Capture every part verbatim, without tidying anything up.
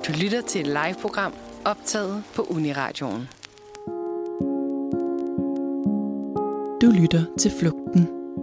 Du lytter til et live-program optaget på Uniradioen. Du lytter til Flugten.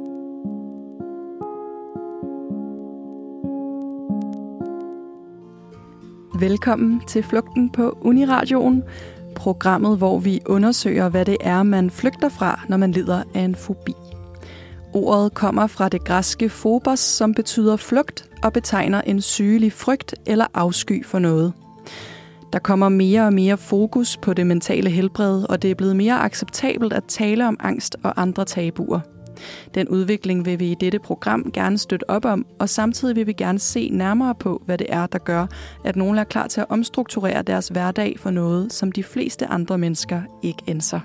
Velkommen til Flugten på Uniradioen, programmet, hvor vi undersøger, hvad det er, man flygter fra, når man lider af en fobi. Ordet kommer fra det græske phobos, som betyder flugt og betegner en sygelig frygt eller afsky for noget. Der kommer mere og mere fokus på det mentale helbred, og det er blevet mere acceptabelt at tale om angst og andre tabuer. Den udvikling vil vi i dette program gerne støtte op om, og samtidig vil vi gerne se nærmere på, hvad det er, der gør, at nogen er klar til at omstrukturere deres hverdag for noget, som de fleste andre mennesker ikke ændrer.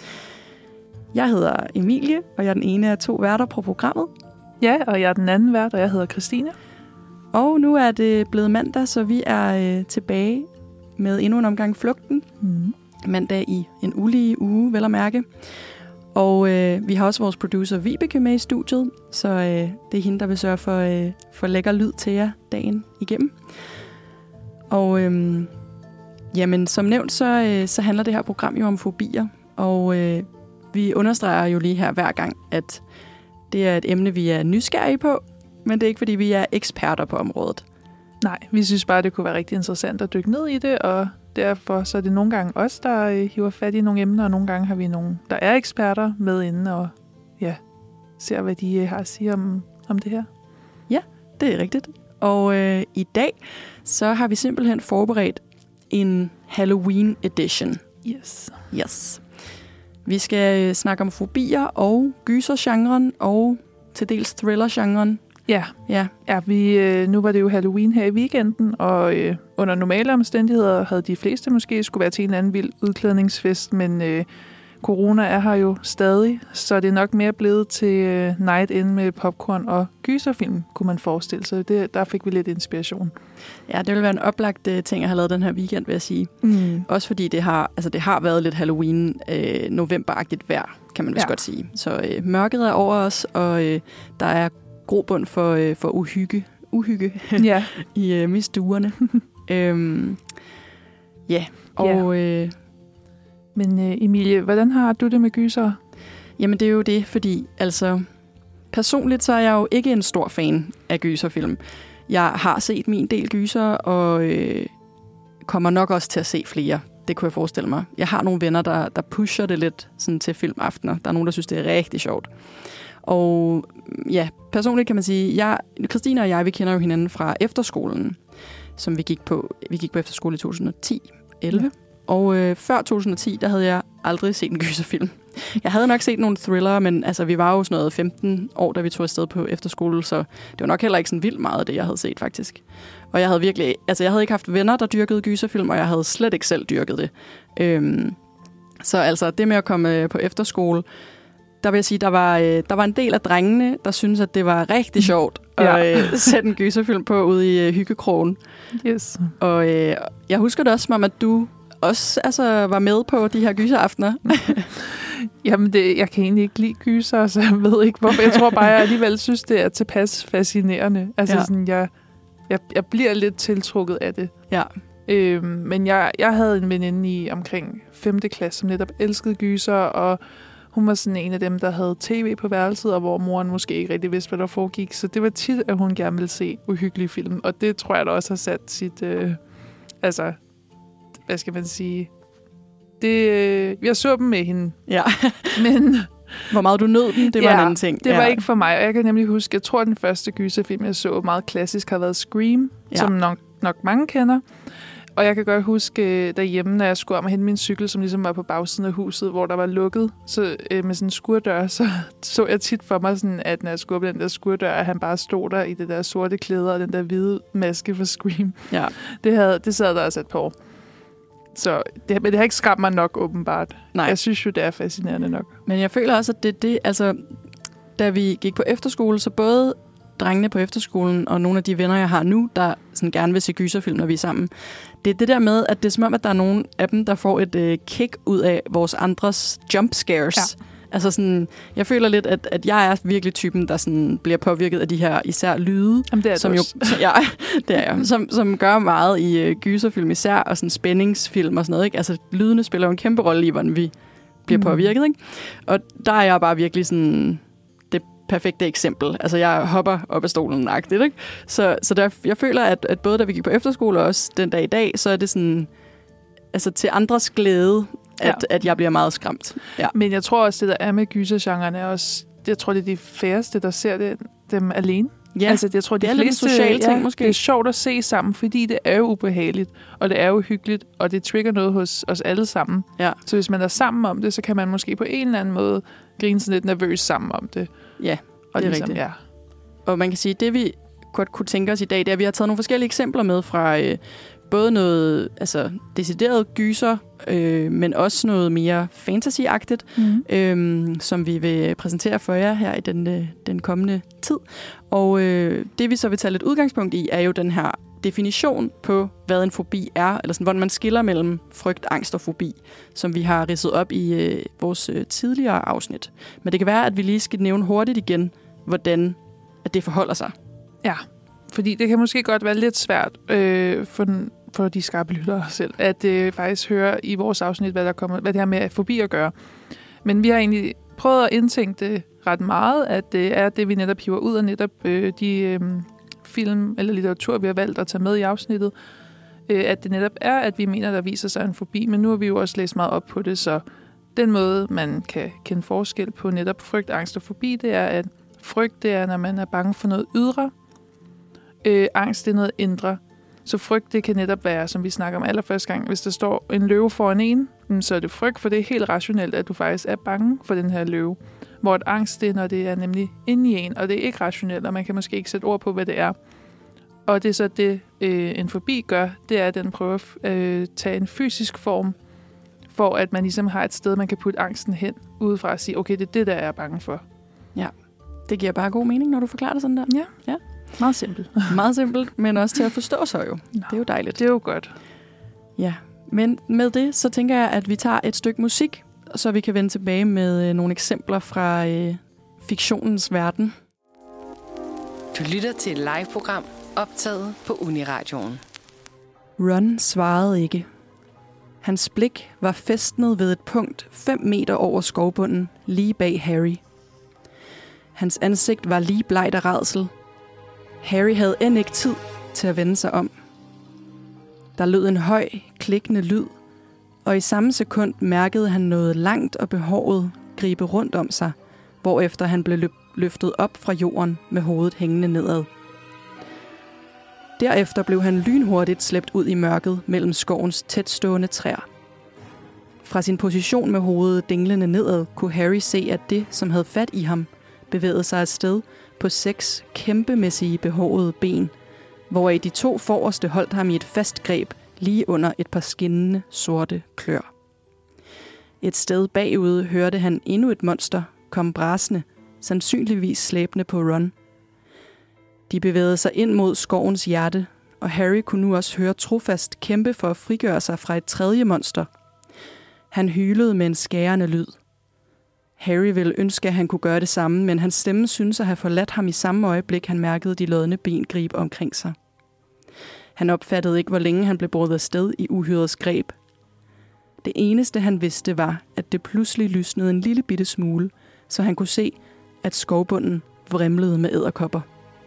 Jeg hedder Emilie, og jeg er den ene af to værter på programmet. Ja, og jeg er den anden vært, og jeg hedder Christine. Og nu er det blevet mandag, så vi er øh, tilbage med endnu en omgang Flugten. Mm. Mandag i en ulige uge, vel at mærke. Og øh, vi har også vores producer Vibeke med i studiet, så øh, det er hende, der vil sørge for, øh, for lækker lyd til jer dagen igennem. Og øh, jamen, som nævnt, så, øh, så handler det her program jo om fobier, og øh, vi understreger jo lige her hver gang, at det er et emne, vi er nysgerrige på, men det er ikke, fordi vi er eksperter på området. Nej, vi synes bare, det kunne være rigtig interessant at dykke ned i det, og derfor så er det nogle gange os, der øh, hiver fat i nogle emner, og nogle gange har vi nogen, der er eksperter med inde, og ja, ser, hvad de øh, har at sige om, om det her. Ja, det er rigtigt. Og øh, i dag, så har vi simpelthen forberedt en Halloween edition. Yes. Yes. Vi skal øh, snakke om fobier og gysergenren, og til dels thriller-genren. Ja, Ja. ja vi, øh, nu var det jo Halloween her i weekenden, og øh, under normale omstændigheder havde de fleste måske skulle være til en anden vild udklædningsfest, men øh, corona er her jo stadig, så det er nok mere blevet til øh, night in med popcorn og gyserfilm, kunne man forestille sig. Det, der fik vi lidt inspiration. Ja, det vil være en oplagt uh, ting at have lavet den her weekend, vil jeg sige. Mm. Også fordi det har, altså, det har været lidt Halloween øh, novemberagtigt vejr, kan man vist Ja. godt sige. Så øh, mørket er over os, og øh, der er grobund for, øh, for uhygge, uhygge Ja. i øh, misduerne. øhm, ja, og øh, Men øh, Emilie, hvordan har du det med gyser? jamen det er jo det, fordi altså personligt så er jeg jo ikke en stor fan af gyserfilm. Jeg har set min del gyser, og øh, kommer nok også til at se flere. Det kunne jeg forestille mig. Jeg har nogle venner, der, der pusher det lidt sådan til filmaftener. Der er nogen, der synes, det er rigtig sjovt. Og ja, personligt kan man sige, jeg, Christine og jeg, vi kender jo hinanden fra efterskolen, som vi gik på. Vi gik på efterskole i to tusind og ti elleve. Ja. Og øh, før to tusind og ti, der havde jeg aldrig set en gyserfilm. Jeg havde nok set nogle thriller, men altså, vi var jo sådan noget femten år, da vi tog afsted på efterskole, så det var nok heller ikke sådan vildt meget af det, jeg havde set faktisk. Og jeg havde virkelig, altså jeg havde ikke haft venner, der dyrkede gyserfilm, og jeg havde slet ikke selv dyrket det. Øhm, så altså, det med at komme på efterskole, der vil jeg sige, der var, øh, der var en del af drengene, der syntes, at det var rigtig sjovt at Ja. øh, sætte en gyserfilm på ude i øh, hyggekrogen. Yes. Og øh, jeg husker det også som om, at du også altså, var med på de her gyseraftener. Jamen, det, jeg kan egentlig ikke lide gyser, så jeg ved ikke, hvorfor. Jeg tror bare, jeg alligevel synes, det er tilpas fascinerende. Altså, Ja. sådan, jeg, jeg, jeg bliver lidt tiltrukket af det. Ja. Øhm, men jeg, jeg havde en veninde i omkring femte klasse, som netop elskede gyser, og hun var sådan en af dem, der havde tv på værelset, og hvor moren måske ikke rigtig vidste, hvad der foregik. Så det var tit, at hun gerne ville se uhyggelige film, og det tror jeg da også har sat sit... Øh, altså, hvad skal man sige... Det, øh, jeg så dem med hende, Ja. men... Hvor meget du nød den, det var ja, en anden ting. det var ja. ikke for mig. Og jeg kan nemlig huske, jeg tror, at den første gyserfilm, jeg så meget klassisk, har været Scream, Ja. som nok, nok mange kender. Og jeg kan godt huske derhjemme, når jeg skulle om at hente min cykel, som ligesom var på bagsiden af huset, hvor der var lukket så, øh, med sådan en skurdør, så så jeg tit for mig, sådan, at når jeg skulle op den der skurdør, at han bare stod der i det der sorte klæder og den der hvide maske for Scream. Ja. Det, havde, det sad der også et par år. Så det, men det har ikke skræmt mig nok, åbenbart. Nej. Jeg synes jo, det er fascinerende nok. Men jeg føler også, at det er det, altså, da vi gik på efterskole, så både drengene på efterskolen og nogle af de venner, jeg har nu, der sådan gerne vil se gyserfilm, når vi er sammen. Det er det der med, at det er som om, at der er nogle af dem, der får et øh, kick ud af vores andres jump scares. Ja. Altså sådan, jeg føler lidt, at, at jeg er virkelig typen, der sådan bliver påvirket af de her især lyde. Jamen, det er som det jo, ja, det er jeg. Som, som gør meget i uh, gyserfilm især, og sådan spændingsfilm og sådan noget. Ikke? Altså, lydene spiller jo en kæmpe rolle i, hvordan vi bliver mm. påvirket. Ikke? Og der er jeg bare virkelig sådan det perfekte eksempel. Altså, jeg hopper op af stolen-agtigt. Ikke? Så, så der, jeg føler, at, at både da vi gik på efterskole og også den dag i dag, så er det sådan, altså til andres glæde, at, ja. at jeg bliver meget skræmt. Ja. Men jeg tror også, det der er med gysergenren er også, jeg tror, det er de færreste, der ser det, dem alene. Ja, altså, jeg tror, de det er fleste, lidt en social ting, ja, måske. Det er sjovt at se sammen, fordi det er jo ubehageligt, og det er jo hyggeligt, og det trigger noget hos os alle sammen. Ja. Så hvis man er sammen om det, så kan man måske på en eller anden måde grine sådan lidt nervøs sammen om det. Ja, og det er ligesom, rigtigt. Ja. Og man kan sige, det vi godt kunne tænke os i dag, det er, at vi har taget nogle forskellige eksempler med fra øh, både noget altså, decideret gyser, øh, men også noget mere fantasy-agtigt, mm. øh, som vi vil præsentere for jer her i den, øh, den kommende tid. Og øh, det vi så vil tage lidt udgangspunkt i, er jo den her definition på, hvad en fobi er, eller sådan, hvordan man skiller mellem frygt, angst og fobi, som vi har ridset op i øh, vores øh, tidligere afsnit. Men det kan være, at vi lige skal nævne hurtigt igen, hvordan at det forholder sig. Ja, fordi det kan måske godt være lidt svært øh, for, den, for de skarpe lyttere selv, at øh, faktisk høre i vores afsnit, hvad der kommer, hvad det har med fobi at gøre. Men vi har egentlig prøvet at indtænke det ret meget, at det er det, vi netop hiver ud af netop øh, de øh, film eller litteratur, vi har valgt at tage med i afsnittet. Øh, at det netop er, at vi mener, der viser sig en fobi, men nu har vi jo også læst meget op på det, så den måde, man kan kende forskel på netop frygt, angst og fobi, det er, at frygt, det er, når man er bange for noget ydre. Øh, angst, det er noget indre. Så frygt, det kan netop være, som vi snakker om allerførste gang, hvis der står en løve foran en, så er det frygt, for det er helt rationelt, at du faktisk er bange for den her løve. Hvor et angst, det er, når det er nemlig inde i en, og det er ikke rationelt, og man kan måske ikke sætte ord på, hvad det er. Og det er så det, øh, en fobi gør, det er, at den prøver at øh, tage en fysisk form, for at man ligesom har et sted, man kan putte angsten hen, udefra at sige, okay, det er det, der jeg er bange for. Ja, det giver bare god mening, når du forklarer det sådan der. Ja, ja. Meget simpelt. Meget simpelt, men også til at forstå sig jo. Nå, det er jo dejligt. Det er jo godt. Ja, men med det, så tænker jeg, at vi tager et stykke musik, så vi kan vende tilbage med øh, nogle eksempler fra øh, fiktionens verden. Du lytter til et live-program, optaget på Uniradioen. Ron svarede ikke. Hans blik var fæstnet ved et punkt fem meter over skovbunden, lige bag Harry. Hans ansigt var lige blegt af rædsel. Harry havde end ikke tid til at vende sig om. Der lød en høj, klikkende lyd, og i samme sekund mærkede han noget langt og behåret gribe rundt om sig, hvorefter han blev løftet op fra jorden med hovedet hængende nedad. Derefter blev han lynhurtigt slæbt ud i mørket mellem skovens tætstående træer. Fra sin position med hovedet dinglende nedad kunne Harry se, at det, som havde fat i ham, bevægede sig afsted på seks kæmpemæssige behårede ben, hvoraf de to forreste holdt ham i et fast greb lige under et par skinnende sorte klør. Et sted bagude hørte han endnu et monster komme brasende, sandsynligvis slæbende på Ron. De bevægede sig ind mod skovens hjerte, og Harry kunne nu også høre trofast kæmpe for at frigøre sig fra et tredje monster. Han hylede med en skærende lyd. Harry ville ønske, at han kunne gøre det samme, men hans stemme synes at have forladt ham i samme øjeblik, han mærkede de lodne ben gribe omkring sig. Han opfattede ikke, hvor længe han blev båret afsted i uhyrets greb. Det eneste, han vidste, var, at det pludselig lysnede en lille bitte smule, så han kunne se, at skovbunden vrimlede med edderkopper.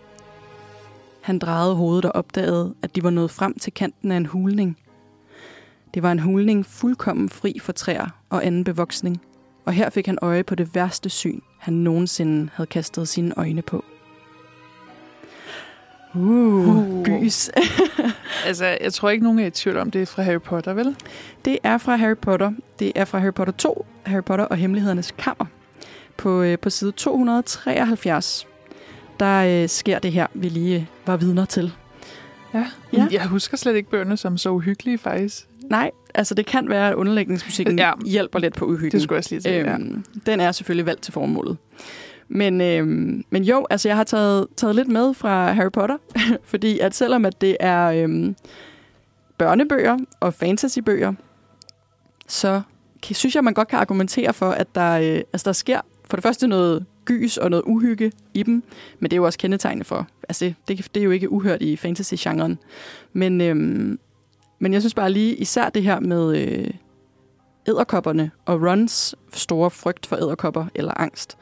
Han drejede hovedet og opdagede, at de var nået frem til kanten af en hulning. Det var en hulning fuldkommen fri for træer og anden bevoksning, og her fik han øje på det værste syn, han nogensinde havde kastet sine øjne på. Uh, uh. Gys. Altså, jeg tror ikke, nogen er i tvivl om, det er fra Harry Potter, vel? Det er fra Harry Potter. Det er fra Harry Potter to, Harry Potter og Hemmelighedernes Kammer. På, øh, på side to hundrede treoghalvfjerds, der øh, sker det her, vi lige var vidner til. Ja. ja, jeg husker slet ikke bøgerne som så uhyggelige, faktisk. Nej, altså det kan være, at underlægningsmusikken ja. hjælper lidt på uhyggen. Det skulle jeg også lige til, øhm, ja. Den er selvfølgelig valgt til formålet. Men, øhm, men jo, altså jeg har taget, taget lidt med fra Harry Potter, fordi at selvom at det er øhm, børnebøger og fantasybøger, så synes jeg, man godt kan argumentere for, at der, øh, altså, der sker for det første noget gys og noget uhygge i dem, men det er jo også kendetegnende for. Altså, det, det er jo ikke uhørt i fantasy-genren. Men, øhm, men jeg synes bare lige, især det her med øh, edderkopperne og Rons store frygt for edderkopper eller angst.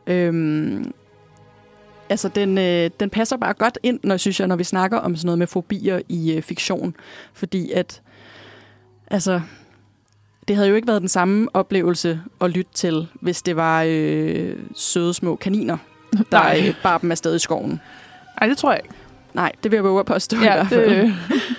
Øhm, altså, den, øh, den passer bare godt ind, når, synes jeg, når vi snakker om sådan noget med fobier i øh, fiktion. Fordi at, altså... Det havde jo ikke været den samme oplevelse at lytte til, hvis det var øh, søde små kaniner, der øh, bar dem afsted i skoven. Nej, det tror jeg ikke. Nej, det vil jeg våge at påstå ja, i hvert fald. Det...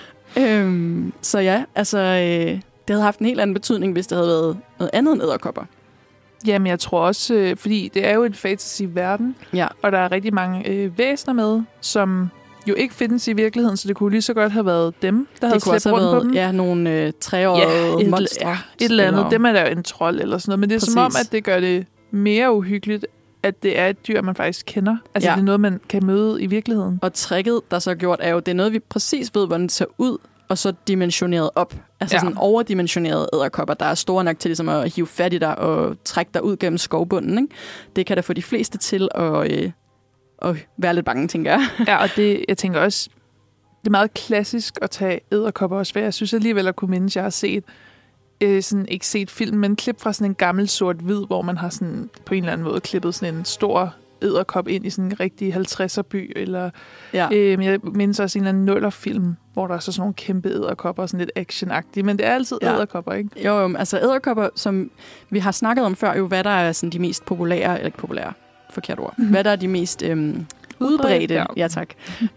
øhm, så ja, altså, øh, det havde haft en helt anden betydning, hvis det havde været noget andet end edderkopper. Jamen, jeg tror også, øh, fordi det er jo en fantasy-verden, ja. og der er rigtig mange øh, væsener med, som... jo ikke findes i virkeligheden, så det kunne lige så godt have været dem, der det havde slæbt rundt været, på dem. Ja, nogle øh, treårige ja, monstre. Ja, et eller andet. Dem er der jo en trold eller sådan noget. Men det er Præcis. Som om, at det gør det mere uhyggeligt, at det er et dyr, man faktisk kender. Altså, ja. Det er noget, man kan møde i virkeligheden. Og tricket, der så er gjort, er jo, det er noget, vi præcis ved, hvordan det ser ud, og så dimensioneret op. Altså ja. Sådan overdimensionerede edderkopper, der er store nok til ligesom at hive fat i dig og trække dig ud gennem skovbunden. Ikke? Det kan da få de fleste til at... Øh, og være lidt bange, tænker jeg. Ja, og det, jeg tænker også, det er meget klassisk at tage edderkopper og svær. Jeg synes alligevel at kunne mindes, jeg har set, øh, sådan, ikke set film, men klip fra sådan en gammel sort-hvid, hvor man har sådan, på en eller anden måde klippet sådan en stor edderkop ind i sådan en rigtig halvtredser by. Eller, ja. øh, jeg mindes også en eller anden nullerfilm, hvor der er så sådan nogle kæmpe edderkopper, sådan lidt actionagtige. Men det er altid ja. edderkopper, ikke? Jo, jo, altså edderkopper, som vi har snakket om før, jo, hvad der er sådan de mest populære, eller ikke populære, forkert ord. Mm-hmm. Hvad der er de mest øhm, udbredte ja. Ja, tak,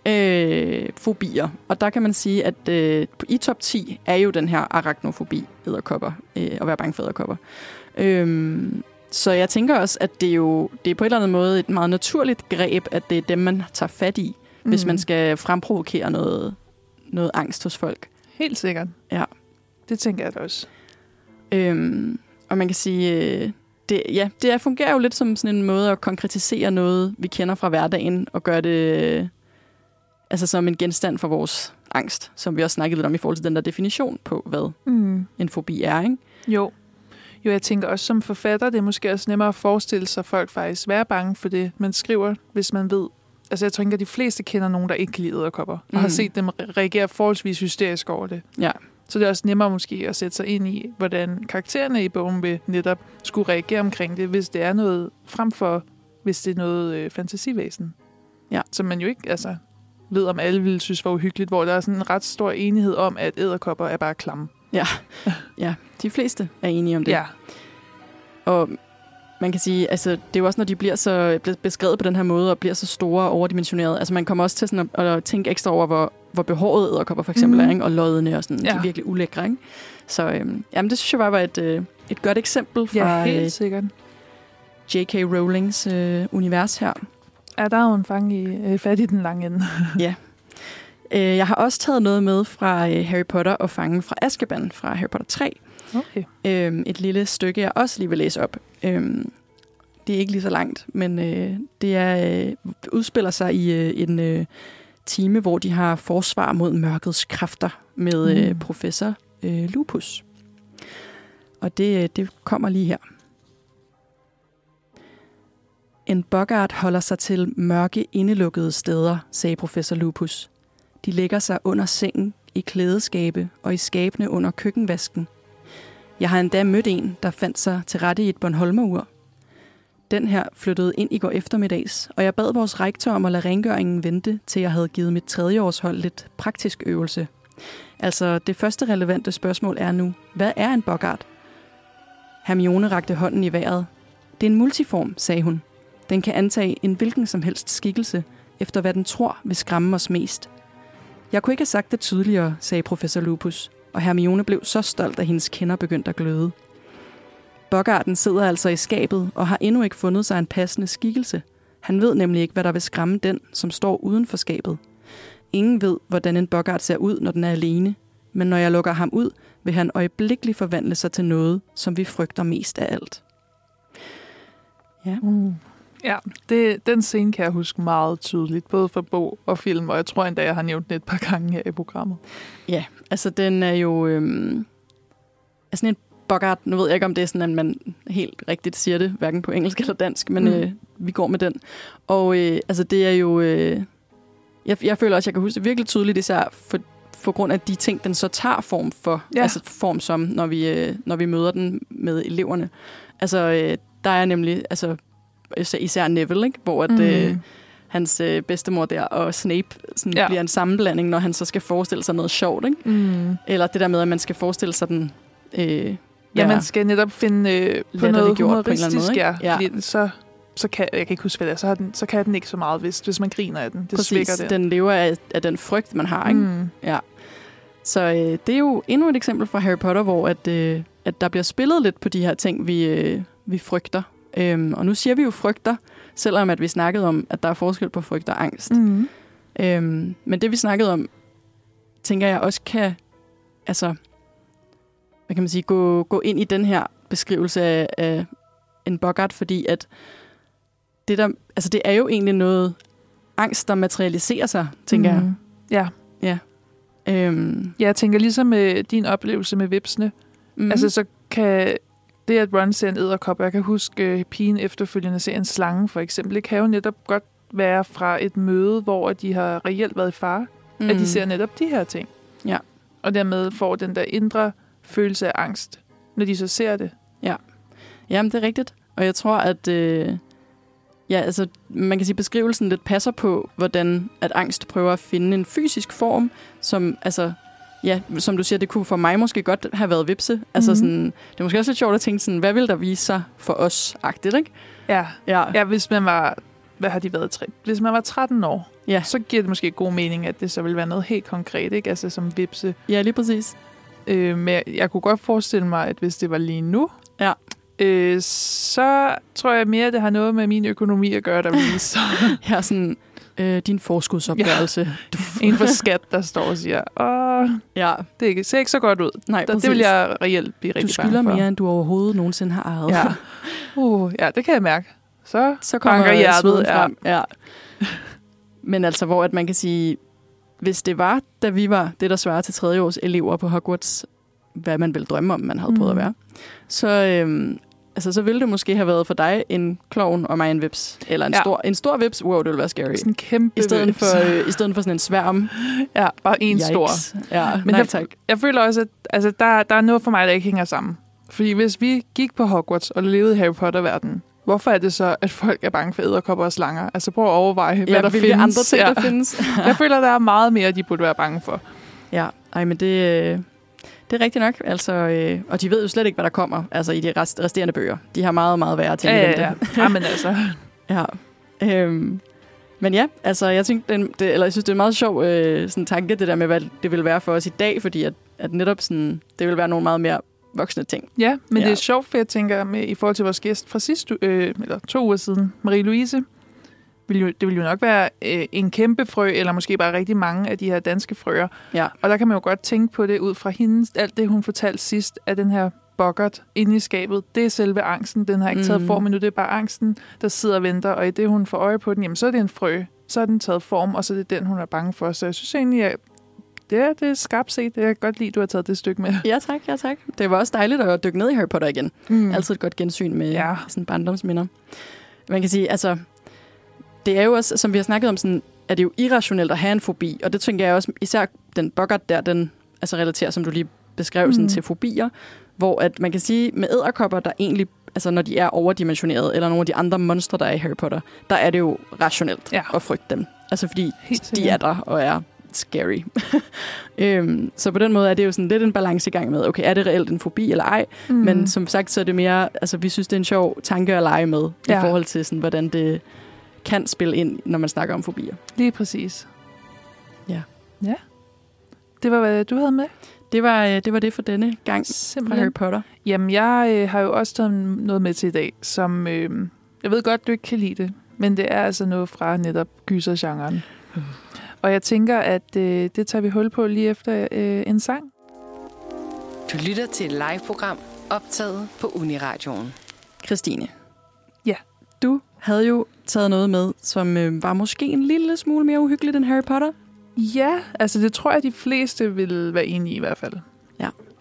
øh, fobier. Og der kan man sige, at øh, i top ti er jo den her arachnofobi, edderkopper, øh, at være bange for edderkopper. Øhm, så jeg tænker også, at det er jo det er på en eller anden måde et meget naturligt greb, at det er dem, man tager fat i, mm. hvis man skal fremprovokere noget, noget angst hos folk. Helt sikkert. Ja. Det tænker jeg da også. Øhm, og man kan sige... Øh, Det, ja, det fungerer jo lidt som sådan en måde at konkretisere noget, vi kender fra hverdagen, og gøre det altså som en genstand for vores angst, som vi også snakkede lidt om i forhold til den der definition på, hvad mm. en fobi er, ikke? Jo. Jo, jeg tænker også som forfatter, det er måske også nemmere at forestille sig, at folk faktisk er bange for det, man skriver, hvis man ved. Altså jeg tænker, at de fleste kender nogen, der ikke kan lide edderkopper, og mm. har set dem reagere forholdsvis hysterisk over det. Ja. Så det er også nemmere måske at sætte sig ind i, hvordan karaktererne i bogen vil netop skulle reagere omkring det, hvis det er noget, frem for hvis det er noget øh, fantasivæsen. Ja. Som man jo ikke altså, ved, om alle ville synes var uhyggeligt, hvor der er sådan en ret stor enighed om, at edderkopper er bare klamme. Ja, ja, de fleste er enige om det. Ja. Og man kan sige, altså det er jo også, når de bliver så beskrevet på den her måde, og bliver så store og overdimensionerede. Altså man kommer også til sådan at, at tænke ekstra over, hvor, hvor behåret edderkopper for eksempel mm. er, ikke? Og loddene og sådan, ja. De er virkelig ulækre, ikke? Så øhm, jamen, det synes jeg bare var et, øh, et godt eksempel fra ja, helt sikkert. J K. Rowlings øh, univers her. Ja, der er jo en fang i, øh, fat i den lange ende. Ja. Øh, jeg har også taget noget med fra øh, Harry Potter og Fangen fra Azkaban fra Harry Potter tre. Okay. Øhm, et lille stykke, jeg også lige vil læse op. Øhm, det er ikke lige så langt, men øh, det er øh, udspiller sig i øh, en øh, time, hvor de har forsvar mod mørkets kræfter med øh, mm. professor øh, Lupus. Og det, det kommer lige her. En boggart holder sig til mørke, indelukkede steder, sagde professor Lupus. De lægger sig under sengen, i klædeskabe og i skabene under køkkenvasken. Jeg har endda mødt en, der fandt sig til rette i et Bornholmer-ur. Den her flyttede ind i går eftermiddags, og jeg bad vores rektor om at lade rengøringen vente, til jeg havde givet mit tredjeårshold lidt praktisk øvelse. Altså, det første relevante spørgsmål er nu, hvad er en boggart? Hermione rakte hånden i vejret. Det er en multiform, sagde hun. Den kan antage en hvilken som helst skikkelse, efter hvad den tror vil skræmme os mest. Jeg kunne ikke have sagt det tydeligere, sagde professor Lupus, og Hermione blev så stolt, at hendes kinder begyndte at gløde. Boggarten sidder altså i skabet og har endnu ikke fundet sig en passende skikkelse. Han ved nemlig ikke, hvad der vil skræmme den, som står uden for skabet. Ingen ved, hvordan en boggart ser ud, når den er alene, men når jeg lukker ham ud, vil han øjeblikkeligt forvandle sig til noget, som vi frygter mest af alt. Ja. Mm. Ja, det, den scene kan jeg huske meget tydeligt, både for bog og film, og jeg tror endda, jeg har nævnt den et par gange her i programmet. Ja, altså den er jo... Øhm, altså en Bogart, nu ved jeg ikke, om det er sådan, at man helt rigtigt siger det, hverken på engelsk eller dansk, men mm. øh, vi går med den. Og øh, altså, det er jo... Øh, jeg, jeg føler også, jeg kan huske det virkelig tydeligt, især for, for grund af de ting, den så tager form for. Ja. Altså form som, når vi, øh, når vi møder den med eleverne. Altså, øh, der er nemlig... Altså, især Neville, ikke? Hvor at, mm. øh, hans øh, bedstemor der og Snape sådan, ja. bliver en sammenblanding, når han så skal forestille sig noget sjovt. Ikke? Mm. Eller det der med, at man skal forestille sig den... Øh, ja, man skal netop finde øh, på noget humoristisk, på ja. ja. Fordi så, så kan jeg kan ikke huske, hvad det er, så, har den, så kan den ikke så meget, hvis, hvis man griner af den. Det Præcis, svækker det. Den lever af, af den frygt, man har. Ikke? Mm. Ja. Så øh, det er jo endnu et eksempel fra Harry Potter, hvor at, øh, at der bliver spillet lidt på de her ting, vi, øh, vi frygter. Øhm, og nu siger vi jo frygter, selvom at vi snakkede om, at der er forskel på frygt og angst. Mm. Øhm, men det, vi snakkede om, tænker jeg også kan, altså, hvad kan man sige, gå, gå ind i den her beskrivelse af, af en Bogart, fordi at det, der, altså, det er jo egentlig noget angst, der materialiserer sig, tænker mm. jeg. Ja. Ja. Øhm. ja, jeg tænker ligesom med din oplevelse med vipsene. Mm. Altså, så kan... Det, at Ron ser en edderkop, jeg kan huske uh, pigen efterfølgende ser en slange, for eksempel. Det kan jo netop godt være fra et møde, hvor de har reelt været i fare, mm. at de ser netop de her ting. Ja. Og dermed får den der indre følelse af angst, når de så ser det. Ja, jamen det er rigtigt. Og jeg tror, at øh, ja, altså, man kan sige, at beskrivelsen lidt passer på, hvordan at angst prøver at finde en fysisk form, som altså... Ja, som du siger, det kunne for mig måske godt have været vipse. Mm-hmm. Altså sådan, det er måske også lidt sjovt at tænke sådan, hvad vil der vise sig for os-agtigt, ikke? Ja. Ja. ja, hvis man var, hvad har de været, tre? Hvis man var tretten år, ja. så giver det måske god mening, at det så vil være noget helt konkret, ikke? Altså som vipse. Ja, lige præcis. Øh, men jeg kunne godt forestille mig, at hvis det var lige nu, ja. øh, så tror jeg mere, at det har noget med min økonomi at gøre, der vil vise sig. Ja, sådan... Øh, din forskudsopgørelse. Ja. En for skat, der står og siger, åh, ja. det ikke, ser ikke så godt ud. Nej, det vil jeg reelt blive rigtig bange for. Du skylder mere, end du overhovedet nogensinde har ejet. Ja, uh, ja det kan jeg mærke. Så, så kommer hjertet frem. Ja. Men altså, hvor at man kan sige, hvis det var, da vi var det, der svarer til tredje års elever på Hogwarts, hvad man ville drømme om, man havde mm. prøvet at være, så... Øhm, Altså, så ville det måske have været for dig en klovn og mig en vips. Eller en, ja. stor, en stor vips. Wow, det ville være scary. Sådan en kæmpe I stedet vips. For, øh, I stedet for sådan en sværm. Ja, bare en Yikes. stor. Ja, men nej, der, tak. Jeg føler også, at altså, der, der er noget for mig, der ikke hænger sammen. Fordi hvis vi gik på Hogwarts og levede i Harry Potter-verdenen, hvorfor er det så, at folk er bange for edderkopper og slanger? Altså prøv at overveje, hvad ja, der findes. andre ting, ja. der findes. Jeg føler, der er meget mere, de burde være bange for. Ja, ej, men det... Det er rigtigt nok, altså, øh, og de ved jo slet ikke, hvad der kommer altså, i de rest, resterende bøger. De har meget, meget værre ting ja, i vente. Ja, ja. ja, men altså. ja. Øhm, men ja, altså, jeg tænkte, det, det, eller jeg synes, det er en meget sjov øh, sådan, tanke, det der med, hvad det vil være for os i dag, fordi at, at netop sådan, det vil være nogle meget mere voksne ting. Ja, men ja. Det er sjovt, for jeg tænker, med, i forhold til vores gæst fra sidste, øh, eller to uger siden, Marie-Louise, vil jo, det vil jo nok være øh, en kæmpe frø, eller måske bare rigtig mange af de her danske frøer. Ja. Og der kan man jo godt tænke på det ud fra hendes, alt det, hun fortalte sidst, at den her Bogart inde i skabet, det er selve angsten. Den har ikke taget mm. form endnu, det er bare angsten, der sidder og venter, og i det, hun får øje på den, jamen så er det en frø, så er den taget form, og så er det den, hun er bange for. Så jeg synes egentlig, at det er, det er skarpt set. Det er godt lide, du har taget det stykke med. Ja tak, ja tak. Det var også dejligt at dykke ned i Harry Potter igen. Mm. Altid et godt gensyn med ja. sådan barndomsminder. Man kan sige, altså... Det er jo også, som vi har snakket om, sådan, er det jo irrationelt at have en fobi. Og det tænker jeg også, især den Bogart der, den altså relaterer, som du lige beskrev, mm. sådan, til fobier. Hvor at man kan sige, med edderkopper, der egentlig, altså når de er overdimensionerede, eller nogle af de andre monstre, der er i Harry Potter, der er det jo rationelt ja. At frygte dem. Altså fordi de er der og er scary. øhm, så på den måde er det jo sådan lidt en balancegang med, okay, er det reelt en fobi eller ej? Mm. Men som sagt, så er det mere, altså vi synes, det er en sjov tanke at lege med, ja. I forhold til sådan, hvordan det kan spille ind, når man snakker om fobier. Lige præcis. Ja. Ja. Det var, hvad du havde med? Det var det, var det for denne gang fra Harry Potter. Jamen, jeg øh, har jo også taget noget med til i dag, som øh, jeg ved godt, du ikke kan lide det, men det er altså noget fra netop gysergenren. Mm. Og jeg tænker, at øh, det tager vi hul på lige efter øh, en sang. Du lytter til et live-program optaget på Uniradioen. Christine. Ja. Du havde jo taget noget med, som øh, var måske en lille smule mere uhyggeligt end Harry Potter. Ja, altså det tror jeg, de fleste vil være enige i i hvert fald. Ja.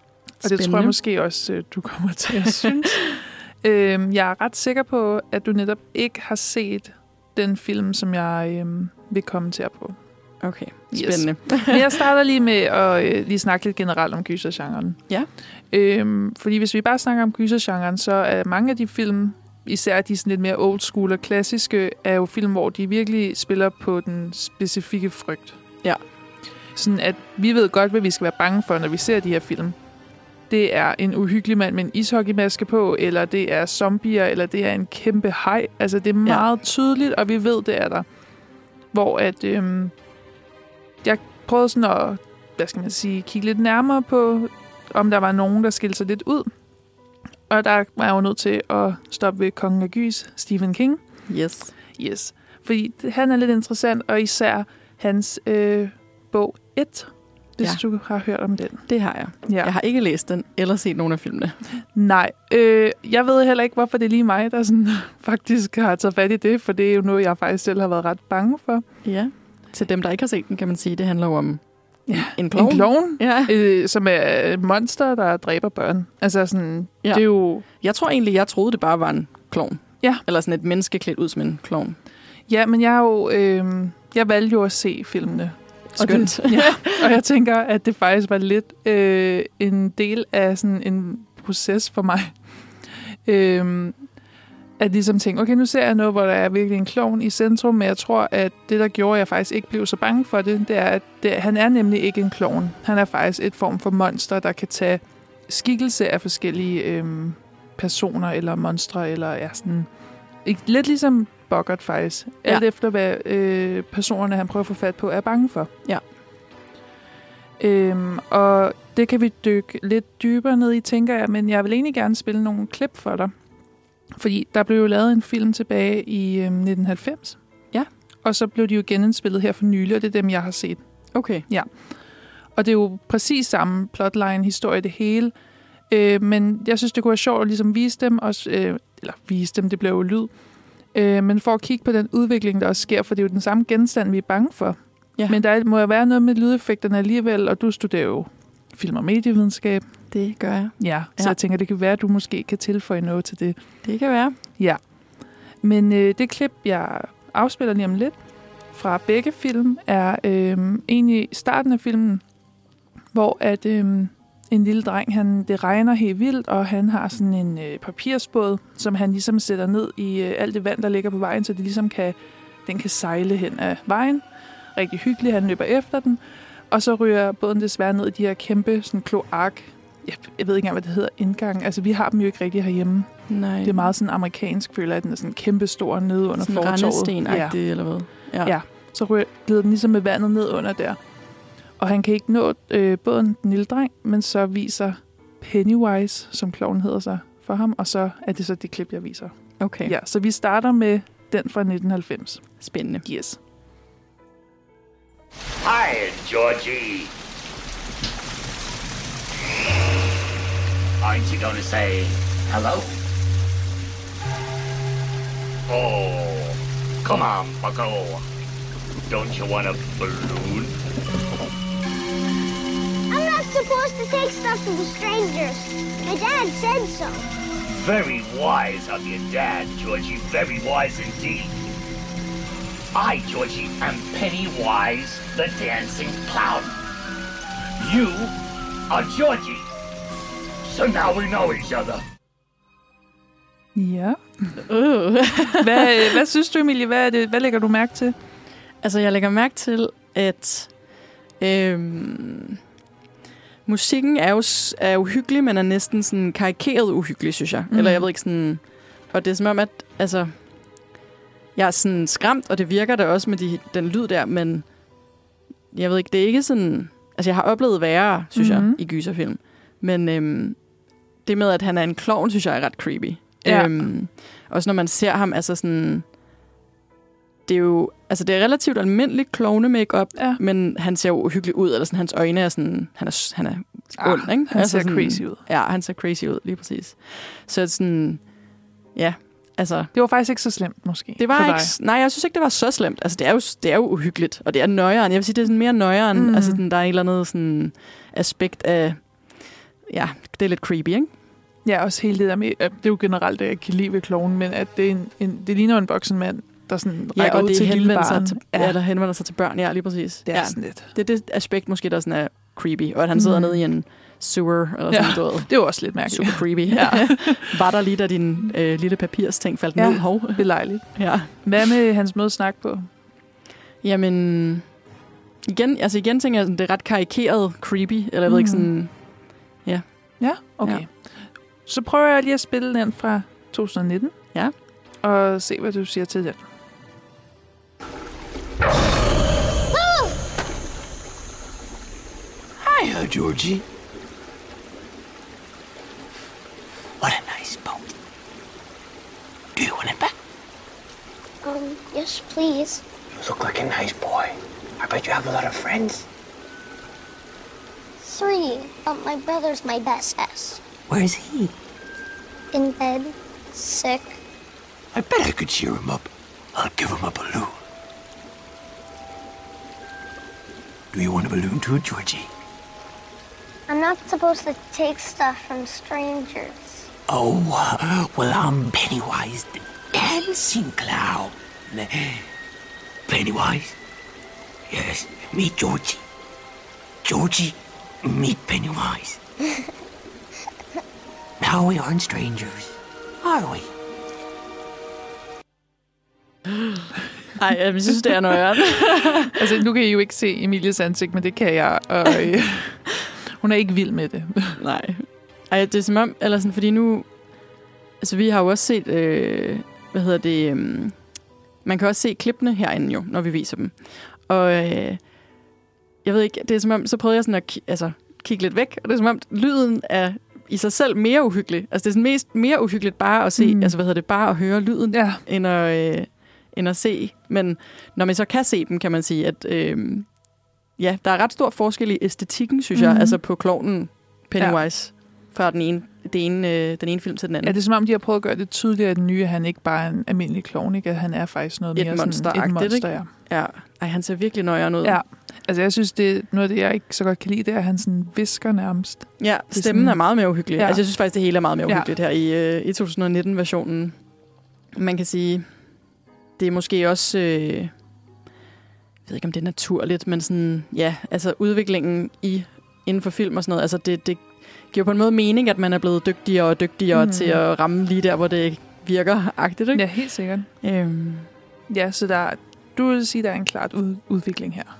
Og det tror jeg måske også, du kommer til at synes. øhm, jeg er ret sikker på, at du netop ikke har set den film, som jeg øhm, vil kommentere på. Okay, spændende. Yes. Men jeg starter lige med at øh, lige snakke lidt generelt om gysergenren. Ja. Øhm, fordi hvis vi bare snakker om gysergenren, så er mange af de film, især de sådan lidt mere old school og klassiske, er jo film, hvor de virkelig spiller på den specifikke frygt. Ja. Sådan at vi ved godt, hvad vi skal være bange for, når vi ser de her film. Det er en uhyggelig mand med en ishockeymaske på, eller det er zombier, eller det er en kæmpe haj. Altså det er meget ja. tydeligt, og vi ved, det er der. Hvor at øhm, jeg prøvede sådan at, hvad skal man sige, kigge lidt nærmere på, om der var nogen, der skilte sig lidt ud. Og der var jeg jo nødt til at stoppe ved Kongen af Gys, Stephen King. Yes. Yes. Fordi han er lidt interessant, og især hans øh, bog et, hvis ja. du har hørt om den. Det har jeg. Ja. Jeg har ikke læst den, eller set nogen af filmene. Nej. Øh, jeg ved heller ikke, hvorfor det er lige mig, der sådan, faktisk har taget fat i det, for det er jo noget, jeg faktisk selv har været ret bange for. Ja. Til dem, der ikke har set den, kan man sige, det handler jo om ja. en klovn. En klovn, ja. øh, som er et monster, der dræber børn. Altså sådan, ja. det er jo... Jeg tror egentlig, jeg troede, det bare var en klovn. Ja. Eller sådan et menneske klædt ud som en klovn. Ja, men jeg er jo... Øh, jeg valgte jo at se filmene. Skønt. Og, det, ja, og jeg tænker, at det faktisk var lidt øh, en del af sådan en proces for mig. Øh, at ligesom tænke, okay, nu ser jeg noget, hvor der er virkelig en klovn i centrum, men jeg tror, at det, der gjorde, at jeg faktisk ikke blev så bange for det, det er, at det, han er nemlig ikke en klovn. Han er faktisk et form for monster, der kan tage skikkelse af forskellige øh, personer eller monstre, eller ja, sådan... Lidt ligesom Bogart faktisk. Ja. Alt efter, hvad øh, personerne, han prøver at få fat på, er bange for. Ja. Øhm, og det kan vi dykke lidt dybere ned i, tænker jeg, men jeg vil egentlig gerne spille nogle klip for dig. Fordi der blev jo lavet en film tilbage i øh, nitten halvfems. Ja. Og så blev de jo genindspillet her for nylig, og det er dem, jeg har set. Okay. Ja. Og det er jo præcis samme plotline, historie, det hele. Øh, men jeg synes, det kunne være sjovt at ligesom vise dem, også, øh, eller vise dem, det bliver jo lyd. Øh, men for at kigge på den udvikling, der også sker, for det er jo den samme genstand, vi er bange for. Ja. Men der må jo være noget med lydeffekterne alligevel, og du studerer jo film- og medievidenskab. Det gør jeg. Ja, så ja. jeg tænker, det kan være, at du måske kan tilføje noget til det. Det kan være. Ja. Men øh, det klip, jeg afspiller lige om lidt, fra begge film, er øh, egentlig starten af filmen, hvor at... Øh, en lille dreng, han, det regner helt vildt, og han har sådan en øh, papirsbåd, som han ligesom sætter ned i øh, alt det vand, der ligger på vejen, så det ligesom kan, den kan sejle hen ad vejen. Rigtig hyggeligt, han løber efter den. Og så ryger båden desværre ned i de her kæmpe sådan, kloak. Jeg, jeg ved ikke engang, hvad det hedder, indgang. Altså, vi har dem jo ikke rigtig herhjemme. Nej. Det er meget sådan amerikansk, føler jeg, den er sådan kæmpe stor nede under fortovet. Sådan rendesten-agtig, ja. Eller hvad? Ja. ja. Så ryger, glider den ligesom med vandet ned under der. Og han kan ikke nå øh, båden, den lille dreng, men så viser Pennywise, som klovnen hedder sig, for ham, og så er det så det klip, jeg viser. Okay. Ja, så vi starter med den fra nitten halvfems. Spændende. Yes. Hi, Georgie. Aren't you going to say hello? Oh, come on, bucko. Don't you want a balloon? I'm not supposed to take stuff from strangers. My dad said so. Very wise of your dad, Georgie. Very wise indeed. I, Georgie, am Pennywise, the dancing clown. You are Georgie. So now we know each other. Ja. Uh. hvad, hvad synes du, Emilie? Hvad, er det, hvad lægger du mærke til? Altså, jeg lægger mærke til, at øhm, musikken er jo, er uhyggelig, men er næsten sådan karikeret uhyggelig, synes jeg. Mm. Eller jeg ved ikke sådan... Og det er som om, at altså, jeg er sådan skræmt, og det virker da også med de, den lyd der, men jeg ved ikke, det er ikke sådan... Altså, jeg har oplevet værre, synes mm-hmm. jeg, i gyserfilm. Men øhm, det med, at han er en klovn, synes jeg er ret creepy. Ja. Øhm, også når man ser ham, altså sådan... Det er jo... Altså, det er relativt almindelig klovne-makeup, ja. Men han ser jo uhyggeligt ud, eller sådan, hans øjne er sådan... Han er, han er ond, ah, ikke? Han altså, ser sådan, crazy ud. Ja, han ser crazy ud, lige præcis. Så sådan... Ja, altså... Det var faktisk ikke så slemt, måske, det var ikke, nej, jeg synes ikke, det var så slemt. Altså, det er jo, det er jo uhyggeligt, og det er nøjeren. Jeg vil sige, det er sådan mere nøjeren. Mm. Altså, den, der er et eller andet sådan aspekt af... ja, det er lidt creepy, ikke? Ja, også hele det der med, at det er jo generelt, det jeg kan lide ved klovnen, men at det, er en, en, det ligner en voksen mand, der sådan Ja, rækker og ud det til lille henvender sig barn. til, ja. ja, der henvender sig til børn, ja, lige præcis. Det er ja. sådan lidt. Det er det aspekt måske, der sådan er creepy, og at han sidder mm. nede i en sewer, eller Ja, sådan noget. det er jo også lidt mærkeligt. Super creepy. Ja. Var der lige, da din øh, lille papirsting faldt Ja, ned? Hov. belejligt. Ja. Hvad med hans måde at snakke på? Jamen, igen, altså igen tænker jeg, sådan, det er ret karikeret creepy, eller jeg ved ikke sådan... Ja, okay. Ja. Så prøver jeg lige at spille den fra to tusind nitten. Ja. Og se, hvad du siger til den. Hiya, Georgie. What a nice boat. Do you want it back? Um, yes, please. You look like a nice boy. I bet you have a lot of friends. Three. Um, my brother's my best S. Where is he? In bed, sick. I bet I could cheer him up. I'll give him a balloon. Do you want a balloon too, Georgie? I'm not supposed to take stuff from strangers. Oh, uh, well, I'm Pennywise, the dancing clown. Pennywise? Yes, meet Georgie. Georgie, meet Pennywise. Now we aren't strangers, are we? Ej, jeg synes, det er nøjeren. Altså, nu kan I jo ikke se Emilies ansigt, men det kan jeg. Og, øh, hun er ikke vild med det. Nej. Ej, det er som om, eller sådan, fordi nu... Altså, vi har jo også set, øh, hvad hedder det... Øh, man kan også se klippene herinde jo, når vi viser dem. Og øh, jeg ved ikke, det er som om, så prøvede jeg sådan at ki- altså, kigge lidt væk, og det er som om, lyden er i sig selv mere uhyggelig. Altså, det er sådan mest mere uhyggeligt bare at se, mm. altså, hvad hedder det, bare at høre lyden, Ja. end at... Øh, end at se. Men når man så kan se dem, kan man sige, at øh, ja, der er ret stor forskel i æstetikken, synes mm-hmm. jeg, altså på klovnen Pennywise, ja. fra den ene, det ene, øh, den ene film til den anden. Ja, det er som om, de har prøvet at gøre det tydeligt, at den nye, at han ikke bare er en almindelig klovn, ikke? At han er faktisk noget et mere monster sådan et monster. Ikke? Ja. Ej, han ser virkelig nøjeren ud. Ja, altså jeg synes, det er noget af det, jeg ikke så godt kan lide, det er, at han sådan visker nærmest. Ja, stemmen sådan... er meget mere uhyggelig. Ja. Altså jeg synes faktisk, det hele er meget mere ja. uhyggeligt her i, øh, i to tusind nitten-versionen. Man kan sige... Det er måske også, øh, jeg ved ikke om det er naturligt, men sådan, ja, altså udviklingen i, inden for film og sådan noget, altså det, det giver på en måde mening, at man er blevet dygtigere og dygtigere mm. til at ramme lige der, hvor det virker-agtigt, ikke? Ja, helt sikkert. Øhm. Ja, så der, du vil sige, der er en klart ud, udvikling her.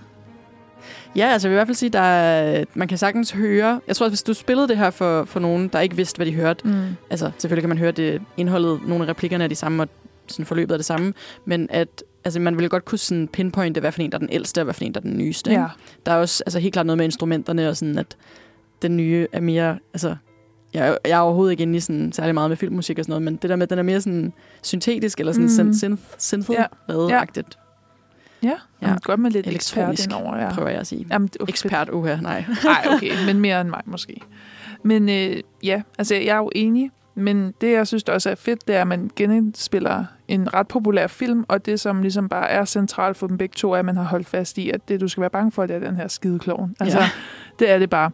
Ja, altså jeg vil i hvert fald sige, der er, man kan sagtens høre, jeg tror, at hvis du spillede det her for, for nogen, der ikke vidste, hvad de hørte, mm. altså selvfølgelig kan man høre, det indholdet, nogle af replikkerne er de samme, og sådan forløbet er det samme, men at altså, man ville godt kunne sådan pinpointe, hvad for en, der er den ældste, og hvad for en, der er den nyeste. Ja. Der er også altså, helt klart noget med instrumenterne, og sådan, at den nye er mere... Altså, jeg, jeg er overhovedet ikke inde i sådan, særlig meget med filmmusik og sådan noget, men det der med, at den er mere sådan syntetisk, eller sådan mm. synth, synth-agtigt. Ja, ja. ja. ja. godt med lidt elektronisk, ekspert indover, ja. prøver jeg at sige. Jamen, uh, ekspert, uha, nej. Nej, okay, men mere end mig måske. Men øh, ja, altså jeg er jo enig, men det, jeg synes, der også er fedt, det er, at man genindspiller en ret populær film, og det, som ligesom bare er centralt for dem begge to, er, at man har holdt fast i, at det, du skal være bange for, det er den her skide klovn. Altså, ja. det er det bare.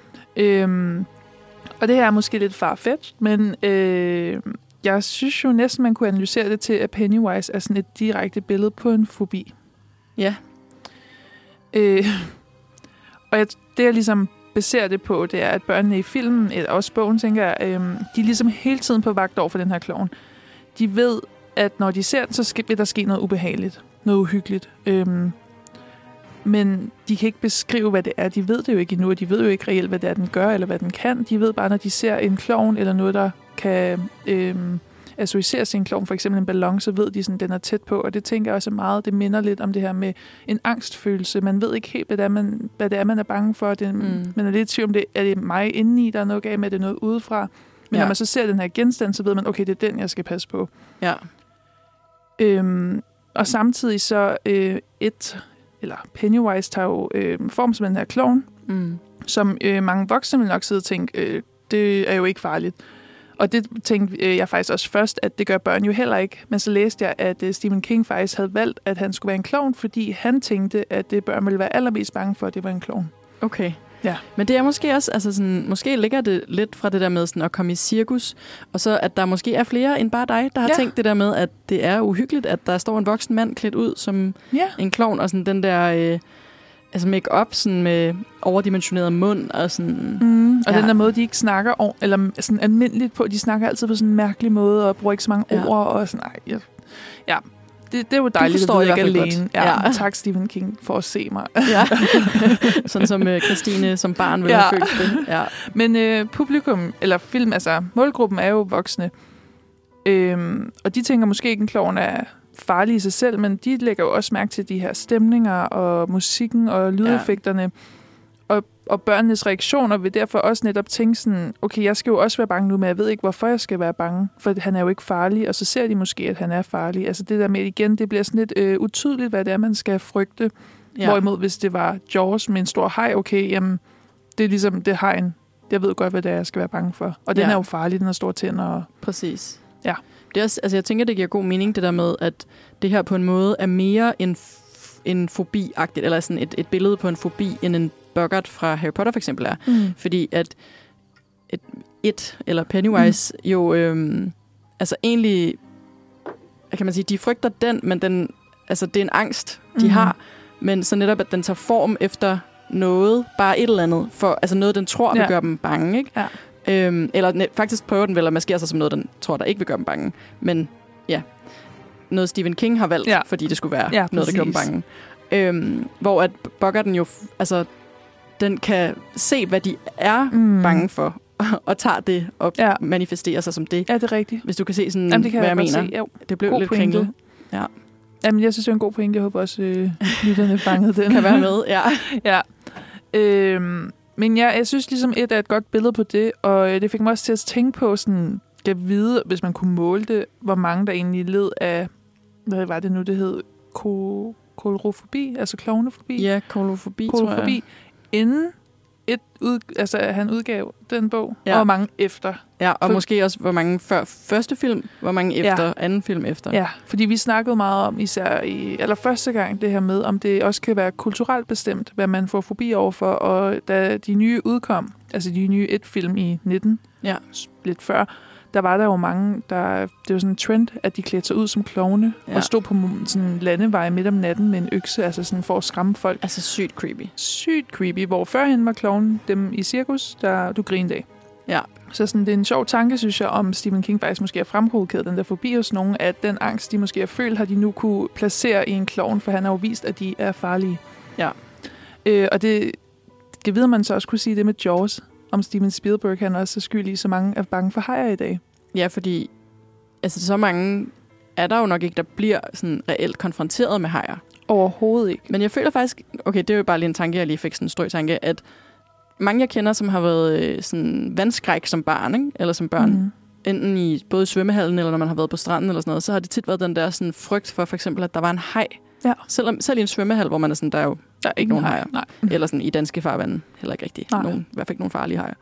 Øhm, og det her er måske lidt farfetched, men øh, jeg synes jo næsten, man kunne analysere det til, at Pennywise er sådan et direkte billede på en fobi. Ja. Øh, og jeg, det, jeg ligesom baserer det på, det er, at børnene i filmen, eller også bogen, tænker jeg, øh, de er ligesom hele tiden på vagt over for den her klovn. De ved, at når de ser den, så skal, vil der ske noget ubehageligt, noget uhyggeligt. Øh, men de kan ikke beskrive, hvad det er. De ved det jo ikke endnu, og de ved jo ikke reelt, hvad det er, den gør, eller hvad den kan. De ved bare, når de ser en klovn, eller noget, der kan øh, associeres til en klovn, for eksempel en ballon, så ved de, sådan, den er tæt på. Og det tænker jeg også meget, det minder lidt om det her med en angstfølelse. Man ved ikke helt, hvad det er, man, hvad det er, man er bange for. Det, mm. Man er lidt i tvivl om, det er det mig indeni, der er noget galt med, det er noget udefra. Men ja. Når man så ser den her genstand, så ved man, okay, det er den, jeg skal passe på. Ja. Øhm, og samtidig så øh, et... eller Pennywise tager jo øh, form som den her klovn, mm. som øh, mange voksne vil nok sidde og tænke, øh, det er jo ikke farligt. Og det tænkte øh, jeg faktisk også først, at det gør børn jo heller ikke. Men så læste jeg, at øh, Stephen King faktisk havde valgt, at han skulle være en klovn, fordi han tænkte, at det børn ville være allermest bange for, at det var en klovn. Okay. Ja. Men det er måske også, altså sådan, måske ligger det lidt fra det der med sådan at komme i cirkus, og så at der måske er flere end bare dig, der har Ja. tænkt det der med, at det er uhyggeligt, at der står en voksen mand klædt ud som Ja. en klovn, og sådan den der øh, altså make-up sådan med overdimensioneret mund, og sådan... Mm, og Ja. den der måde, de ikke snakker over, eller sådan almindeligt på, de snakker altid på sådan en mærkelig måde, og bruger ikke så mange Ja. ord, og sådan, ej, ja. ja. Det, det er jo dejligt, forstår at i jeg ikke hvert er fald alene. godt. Ja. Ja. Tak, Stephen King, for at se mig. Ja. Sådan som øh, Christine som barn ville Ja. have følt det. Ja. Men øh, publikum, eller film, altså målgruppen er jo voksne. Øhm, og de tænker måske ikke, en klovn er farlig i sig selv, men de lægger jo også mærke til de her stemninger og musikken og lydeffekterne. Ja. Og, og børnenes reaktioner vil derfor også netop tænke sådan, okay, jeg skal jo også være bange nu, men jeg ved ikke, hvorfor jeg skal være bange, for han er jo ikke farlig, og så ser de måske, at han er farlig. Altså det der med igen, det bliver sådan lidt øh, utydeligt, hvad det er, man skal frygte. Ja. Hvorimod, hvis det var Jaws med en stor haj, okay, jamen, det er ligesom, det er hajen. Jeg ved godt, hvad det er, jeg skal være bange for. Og den Ja. er jo farlig, den har store tænder. Og Præcis. Ja. Det er også, altså jeg tænker, det giver god mening, det der med, at det her på en måde er mere en, f- en fobi-agtigt, eller sådan et, et billede på en fobi, end en Boggart fra Harry Potter for eksempel er. Mm. Fordi at et, et eller Pennywise mm. jo øhm, altså egentlig, kan man sige, de frygter den, men den, altså det er en angst, de Mhm. har, men så netop, at den tager form efter noget, bare et eller andet, for, altså noget, den tror, vil Ja. gøre dem bange, ikke? Ja. Øhm, eller ne- faktisk prøver den vel at maskere sig som noget, den tror, der ikke vil gøre dem bange. Men ja, noget Stephen King har valgt, Ja. fordi det skulle være Ja, noget, der gjorde dem præcis. bange. Øhm, hvor at Boggarten jo, f- altså, den kan se, hvad de er Mm. bange for, og tager det og Ja. ja. manifesterer sig som det. Ja, det er rigtigt. Hvis du kan se sådan, Jamen, det kan hvad jeg, jeg, godt mener. se. Jo, Det blev god lidt pointe. kringlet. Ja. Jamen, jeg synes, det er en god pointe. Jeg håber også, øh, lytterne fangede den. Kan være med, ja. Ja. Øhm, men ja, jeg synes ligesom, et er et godt billede på det, og øh, det fik mig også til at tænke på, sådan, at vide, hvis man kunne måle det, hvor mange der egentlig led af, hvad var det nu, det hed, ko- kolorofobi, altså klovnefobi, Ja, kolofobi, tror jeg. kolorofobi, inden et ud, altså, han udgav den bog, Ja. og hvor mange efter. Ja, og For- måske også, hvor mange før første film, hvor mange efter Ja. anden film efter. Ja, fordi vi snakkede meget om, især i allerførste gang, det her med, om det også kan være kulturelt bestemt, hvad man får fobi overfor, og da de nye udkom, altså de nye et-film i nitten, Ja. lidt før, der var der jo mange, der, det var sådan en trend, at de klædte sig ud som klovne, Ja. og stod på sådan en landevej midt om natten med en økse, altså sådan for at skræmme folk. Altså sygt creepy. Sygt creepy, hvor førhen var klovnen dem i cirkus, der du grinede af. Ja. Så sådan, det er en sjov tanke, synes jeg, om Stephen King faktisk måske har fremprovokeret den der forbi hos nogen, at den angst, de måske har følt, har de nu kunne placere i en klovn, for han har jo vist, at de er farlige. Ja. Øh, og det, det ved man så også kunne sige det med Jaws, om Steven Spielberg, han også er skyld i, så mange er bange for hajer i dag. Ja, fordi altså, så mange er der jo nok ikke, der bliver sådan reelt konfronteret med hajer. Overhovedet ikke. Men jeg føler faktisk, okay, det er jo bare lige en tanke, jeg lige fik sådan en strøg tanke, at mange jeg kender, som har været øh, sådan vandskræk som barn, ikke? Eller som børn, Mm. enten i både i svømmehallen, eller når man har været på stranden, eller sådan noget, så har det tit været den der sådan frygt for, for eksempel, at der var en haj. Ja. Selvom, selv i en svømmehal, hvor man er sådan, der er jo Der er ikke nogen haj. hajer. Nej. Eller sådan i danske farvande, heller ikke rigtig. Nej. Nogen, I hvert fald ikke nogen farlige hajer.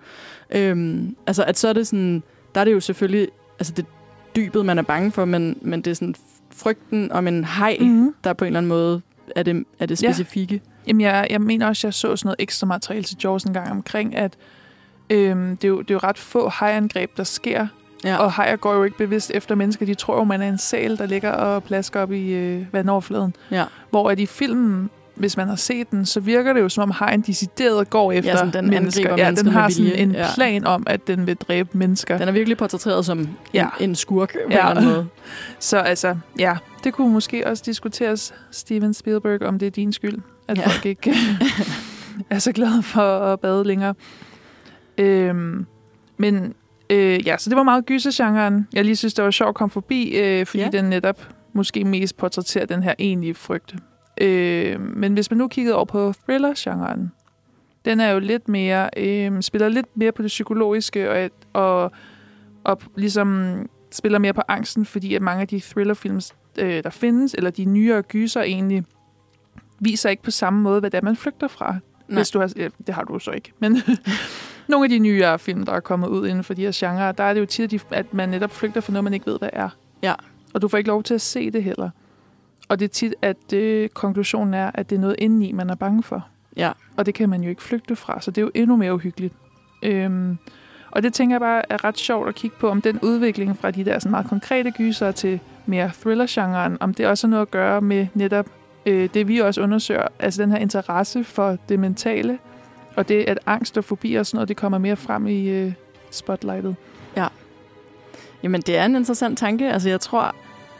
Øhm, altså, at så er det sådan, der er det jo selvfølgelig, altså det dybet, man er bange for, men, men det er sådan frygten om en haj, mm. Mm. der på en eller anden måde er det, er det Ja. specifikke. Jamen, jeg, jeg mener også, at jeg så sådan noget ekstra materiale til Jaws en gang omkring, at øhm, det, er jo, det er jo ret få hajangreb, der sker. Ja. Og hajer går jo ikke bevidst efter mennesker. De tror jo, man er en sæl, der ligger og plasker op i øh, vandoverfladen. Ja. Hvor at i filmen, hvis man har set den, så virker det jo, som om hajen decideret går efter Ja, sådan, den mennesker. angriber Ja, mennesker den med har sådan vilje. en Ja. plan om, at den vil dræbe mennesker. Den er virkelig portrætteret som Ja. en, en skurk på Ja. en eller anden måde. Så altså, ja, det kunne måske også diskuteres, Steven Spielberg, om det er din skyld, at Ja. ja. folk ikke er så glade for at bade længere. Øhm, men øh, ja, så det var meget gysergenren. Jeg lige synes, det var sjovt at komme forbi, øh, fordi Ja. ja. den netop måske mest portrætterer den her egentlige frygt. Øh, men hvis man nu kiggede over på thriller-genren, den er jo lidt mere, øh, spiller lidt mere på det psykologiske, og, og, og ligesom spiller mere på angsten, fordi at mange af de thrillerfilms, øh, der findes, eller de nyere gyser egentlig, viser ikke på samme måde, hvad det er, man flygter fra. Nej. Hvis du har, ja, det har du så ikke, men nogle af de nyere film, der er kommet ud inden for de her genrer, der er det jo tit, at man netop flygter fra noget, man ikke ved, hvad er. Ja. Og du får ikke lov til at se det heller. Og det er tit, at øh, konklusionen er, at det er noget indeni, man er bange for. Ja. Og det kan man jo ikke flygte fra, så det er jo endnu mere uhyggeligt. Øhm, og det tænker jeg bare er ret sjovt at kigge på, om den udvikling fra de der sådan meget konkrete gyser til mere thriller-genren, om det også har noget at gøre med netop øh, det, vi også undersøger, altså den her interesse for det mentale, og det, at angst og fobi og sådan noget, det kommer mere frem i øh, spotlightet. Ja. Jamen, det er en interessant tanke. Altså, jeg tror,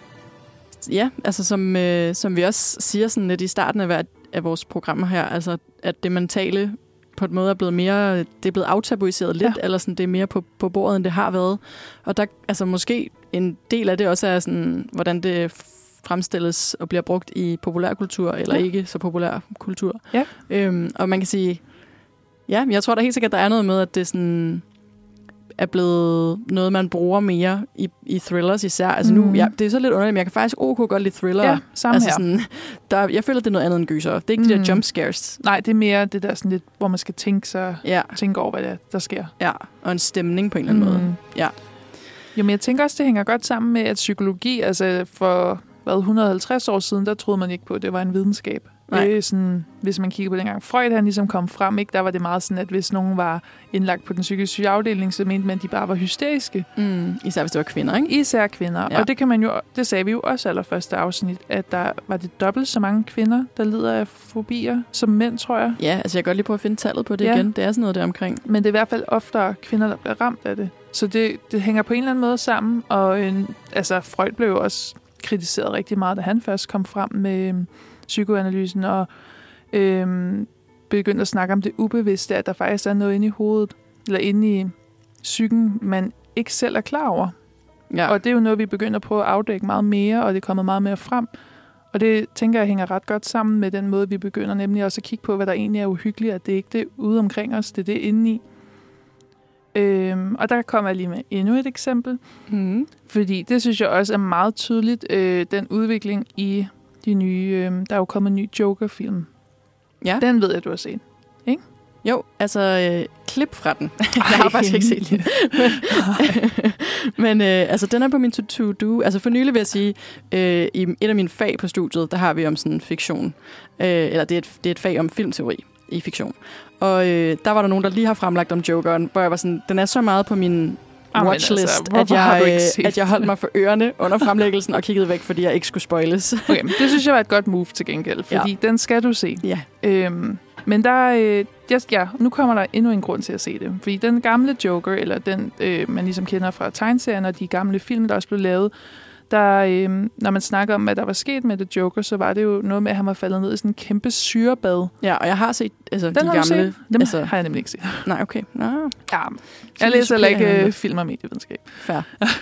ja, altså som, øh, som vi også siger sådan lidt i starten af, hver, af vores programmer her, altså at det mentale på en måde er blevet mere, det er blevet aftabuiseret lidt, ja. Eller sådan, det er mere på, på bordet, end det har været. Og der, altså måske en del af det også er sådan, hvordan det fremstilles og bliver brugt i populærkultur, eller ja. Ikke så populær kultur. Ja. Øhm, og man kan sige, ja, jeg tror da helt sikkert, der er noget med, at det sådan er blevet noget, man bruger mere i, i thrillers især. Altså mm. nu, ja, det er så lidt underligt, men jeg kan faktisk ok godt lide thriller. Ja, samme altså her. Sådan, der, jeg føler, det er noget andet end gyser. Det er ikke mm. de der jump scares. Nej, det er mere det der sådan lidt, hvor man skal tænke, sig, ja. tænke over, hvad der, der sker. Ja, og en stemning på en eller anden mm. måde. Ja. Jo, men jeg tænker også, det hænger godt sammen med, at psykologi, altså for hvad, et hundrede og halvtreds år siden, der troede man ikke på, at det var en videnskab. Det er sådan, hvis man kigger på dengang Freud, han ligesom kom frem, ikke, der var det meget sådan, at hvis nogen var indlagt på den psykiske afdeling, så mente man, at de bare var hysteriske. Mm, især hvis det var kvinder, ikke? Især kvinder. Ja. Og det kan man jo, det sagde vi jo også allerførste afsnit, at der var det dobbelt så mange kvinder, der lider af fobier, som mænd, tror jeg. Ja, altså jeg kan godt lige prøve at finde tallet på det ja. igen. Det er sådan noget der omkring. Men det er i hvert fald oftere kvinder, der bliver ramt af det. Så det, det hænger på en eller anden måde sammen, og en, altså Freud blev jo også kritiseret rigtig meget, da han først kom frem med psykoanalysen, og øhm, begyndte at snakke om det ubevidste, at der faktisk er noget inde i hovedet, eller inde i psyken, man ikke selv er klar over. Ja. Og det er jo noget, vi begynder at prøve at afdække meget mere, og det er kommet meget mere frem. Og det, tænker jeg, hænger ret godt sammen med den måde, vi begynder nemlig også at kigge på, hvad der egentlig er uhyggeligt, at det ikke er det ude omkring os, det er det inde i. Øhm, og der kommer jeg lige med endnu et eksempel, mm. fordi det synes jeg også er meget tydeligt, øh, den udvikling i de nye, øh, der er jo kommet en ny Joker-film. Ja. Den ved jeg, du har set, ikke? Jo, altså øh, klip fra den. Jeg har faktisk ikke set den. Men øh, altså, den er på min to-do. Altså for nylig vil jeg sige, øh, i et af mine fag på studiet, der har vi om sådan fiktion. Øh, eller det er, et, det er et fag om filmteori i fiktion. Og øh, der var der nogen, der lige har fremlagt om Jokeren, hvor jeg var sådan, den er så meget på min watchlist, altså, at, jeg, at jeg holdt mig for ørerne under fremlæggelsen og kiggede væk, fordi jeg ikke skulle spoiles. Okay, det synes jeg var et godt move til gengæld, fordi ja. Den skal du se. Ja. Øhm, men der, øh, ja, nu kommer der endnu en grund til at se det. Fordi den gamle Joker, eller den, øh, man ligesom kender fra tegneserien og de gamle film, der også blev lavet, der, øh, når man snakker om, hvad der var sket med The Joker, så var det jo noget med, at han var faldet ned i sådan en kæmpe syrebad. Ja, og jeg har set altså, den de har gamle... Dem altså, har jeg nemlig ikke set. Nej, okay. Nå. Ja, jeg læser heller ikke øh, film og medievidenskab. Fair.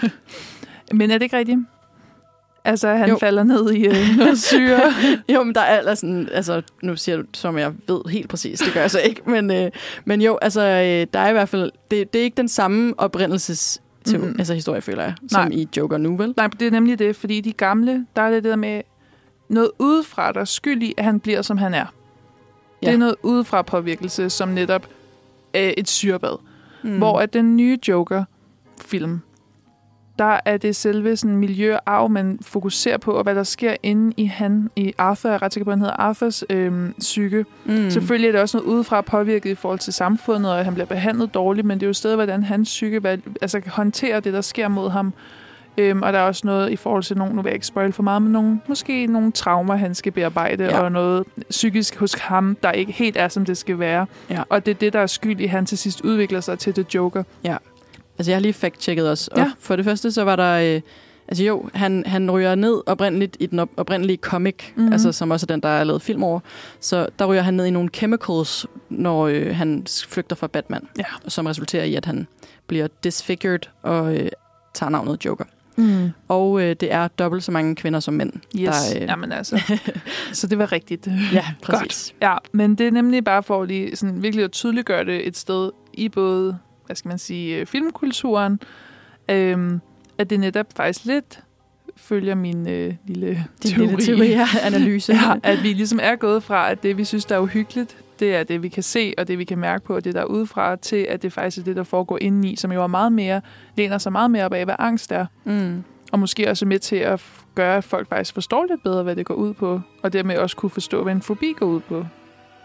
Men er det ikke rigtigt? Altså, han jo. falder ned i øh, noget syre. Jo, men der er altså sådan, altså, nu siger du, som jeg ved helt præcis, det gør jeg så ikke, men, øh, men jo, altså, øh, der er i hvert fald, det, det er ikke den samme oprindelses til, mm-hmm. altså historie, føler jeg, som Nej. i Joker nu, vel? Nej, det er nemlig det, fordi de gamle, der er det der med noget udefra, der er skyld i, at han bliver, som han er. Ja. Det er noget udefra påvirkelse, som netop øh, et syrebad. Mm. Hvor at den nye Joker-film, der er det selve sådan, miljø og arv, man fokuserer på, og hvad der sker inde i han, i Arthur, jeg er ret sikker på, han hedder Arthurs øhm, psyke. Mm. Selvfølgelig er det også noget udefra påvirket i forhold til samfundet, og at han bliver behandlet dårligt, men det er jo stadig, hvordan hans psyke altså, håndterer det, der sker mod ham. Øhm, og der er også noget i forhold til nogle, nu vil jeg ikke spoil for meget, men nogle, måske nogle traumer, han skal bearbejde, ja. Og noget psykisk hos ham, der ikke helt er, som det skal være. Ja. Og det er det, der er skyld i, at han til sidst udvikler sig til The Joker. Ja. Altså, jeg har lige fact-checket også. Og ja. For det første, så var der... Øh, altså jo, han, han ryger ned oprindeligt i den op- oprindelige comic, mm-hmm. altså som også er den, der er lavet film over. Så der ryger han ned i nogle chemicals, når øh, han flygter fra Batman. Ja. Som resulterer i, at han bliver disfigured og øh, tager navnet Joker. Mm. Og øh, det er dobbelt så mange kvinder som mænd. Yes, der, øh... jamen altså. Så det var rigtigt. Ja, præcis. Godt. Ja, men det er nemlig bare for at lige sådan virkelig at tydeliggøre det et sted i både, hvad skal man sige, filmkulturen, øhm, at det netop faktisk lidt følger min øh, lille teori. Lille teori-analyse. Ja, at vi ligesom er gået fra, at det, vi synes, der er uhyggeligt, det er det, vi kan se, og det, vi kan mærke på, og det, der er udefra, til at det faktisk er det, der foregår indeni, som jo er meget mere, læner sig meget mere op af, hvad angst er. Mm. Og måske også med til at gøre, at folk faktisk forstår lidt bedre, hvad det går ud på, og dermed også kunne forstå, hvad en fobi går ud på.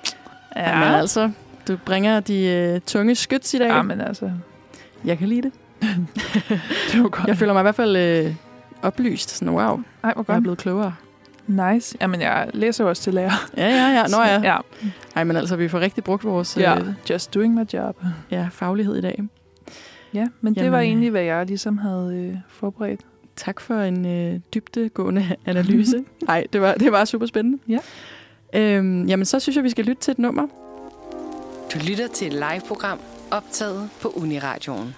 Ja. Jamen altså, du bringer de øh, tunge skyts i dag. Ja, men altså... Jeg kan lide det. Det var godt. Jeg føler mig i hvert fald øh, oplyst. Sådan, wow, Ej, hvor jeg er godt. blevet klogere. Nice. Jamen, jeg læser jo også til lærer. Ja, ja, ja. Nå ja. ja. Ej, men altså, vi får rigtig brugt vores ja. øh, Just doing my job. ja, faglighed i dag. Ja, men det Jamen, var egentlig, hvad jeg ligesom havde øh, forberedt. Tak for en øh, dybdegående analyse. Nej, det var, det var super spændende. Ja. Øhm, jamen, så synes jeg, vi skal lytte til et nummer. Du lytter til et live-program optaget på Uniradioen.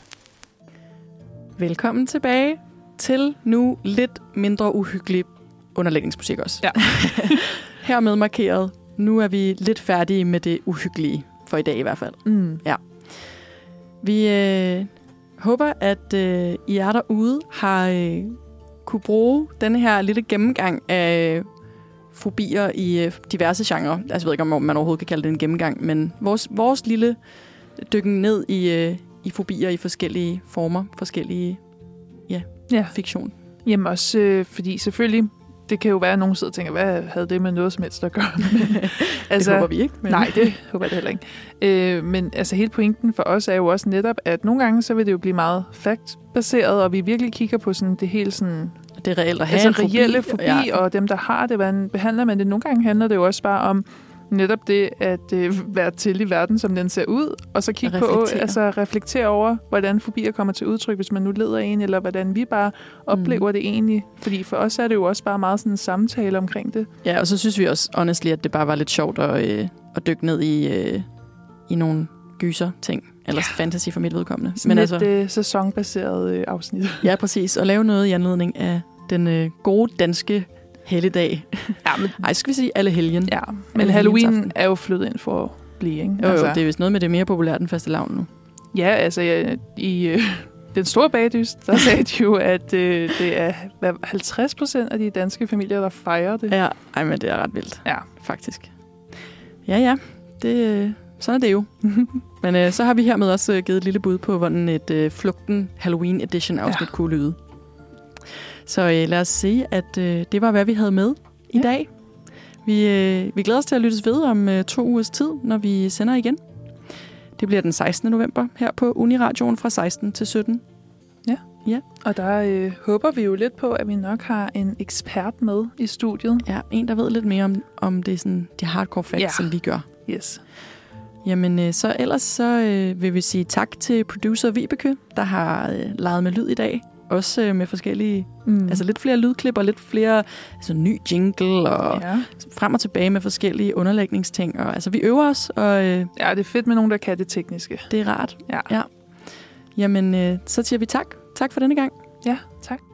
Velkommen tilbage til nu lidt mindre uhyggelig underlægningsmusik også. Ja. Hermed markeret. Nu er vi lidt færdige med det uhyggelige, for i dag i hvert fald. Mm. Ja. Vi øh, håber, at øh, I er derude har øh, kunne bruge denne her lille gennemgang af fobier i øh, diverse genrer. Altså, jeg ved ikke, om man overhovedet kan kalde det en gennemgang, men vores, vores lille dykken ned i, øh, i fobier i forskellige former, forskellige ja, Ja. fiktion. Jamen også, øh, fordi selvfølgelig, det kan jo være, at nogen sidder og tænker, hvad havde det med noget som helst at gøre? Men, Altså, det håber vi ikke. Men... Nej, det håber jeg det heller ikke. Øh, men altså hele pointen for os er jo også netop, at nogle gange så vil det jo blive meget fact-baseret, og vi virkelig kigger på sådan det hele sådan... Det er reelt at have altså en fobi. reelle fobi, Ja. og dem, der har det, hvordan behandler man det. Nogle gange handler det jo også bare om netop det at øh, være til i verden, som den ser ud, og så kigge på, Reflektere. altså reflektere over, hvordan fobier kommer til udtryk, hvis man nu leder en, eller hvordan vi bare oplever mm. det egentlig. Fordi for os er det jo også bare meget sådan en samtale omkring det. Ja, og så synes vi også, honestly, at det bare var lidt sjovt at, øh, at dykke ned i, øh, i nogle gyser-ting. Eller ja. fantasy for mit vedkommende. Sådan lidt altså, øh, sæsonbaseret øh, afsnit. Ja, præcis. Og lave noget i anledning af den øh, gode danske helligdag. Ja, men, Ej, skal vi sige alle helgen. Ja, men Halloween er jo flyttet ind for at blive, ikke? Jo, jo, altså, det er vist noget med det mere populært end fastelavn nu. Ja, altså ja, i øh, den store bagdyst, der sagde de jo, at øh, det er hvad, halvtreds procent af de danske familier, der fejrer det. Ja, ej, men det er ret vildt. Ja. Faktisk. Ja, ja. Det, øh, sådan er det jo. Men øh, så har vi hermed også øh, givet et lille bud på, hvordan et øh, Flugten Halloween Edition afsnit ja. kunne lyde. Så øh, lad os se, at øh, det var, hvad vi havde med i ja. dag. Vi, øh, vi glæder os til at lyttes ved om øh, to ugers tid, når vi sender igen. Det bliver den sekstende november her på Uniradioen fra seksten til sytten. Ja. Ja. Og der øh, håber vi jo lidt på, at vi nok har en ekspert med i studiet. Ja, en, der ved lidt mere om, om det sådan, de hardcore facts, ja. som vi gør. Yes. Jamen, øh, så ellers så øh, vil vi sige tak til producer Vibeke, der har øh, leget med lyd i dag. Også øh, med forskellige, mm. altså lidt flere lydklip og lidt flere, altså ny jingle og ja. frem og tilbage med forskellige underlægningsting. Og, altså vi øver os, og øh, ja, det er fedt med nogen, der kan det tekniske. Det er rart. Ja. ja. Jamen, øh, så siger vi tak. Tak for denne gang. Ja, tak.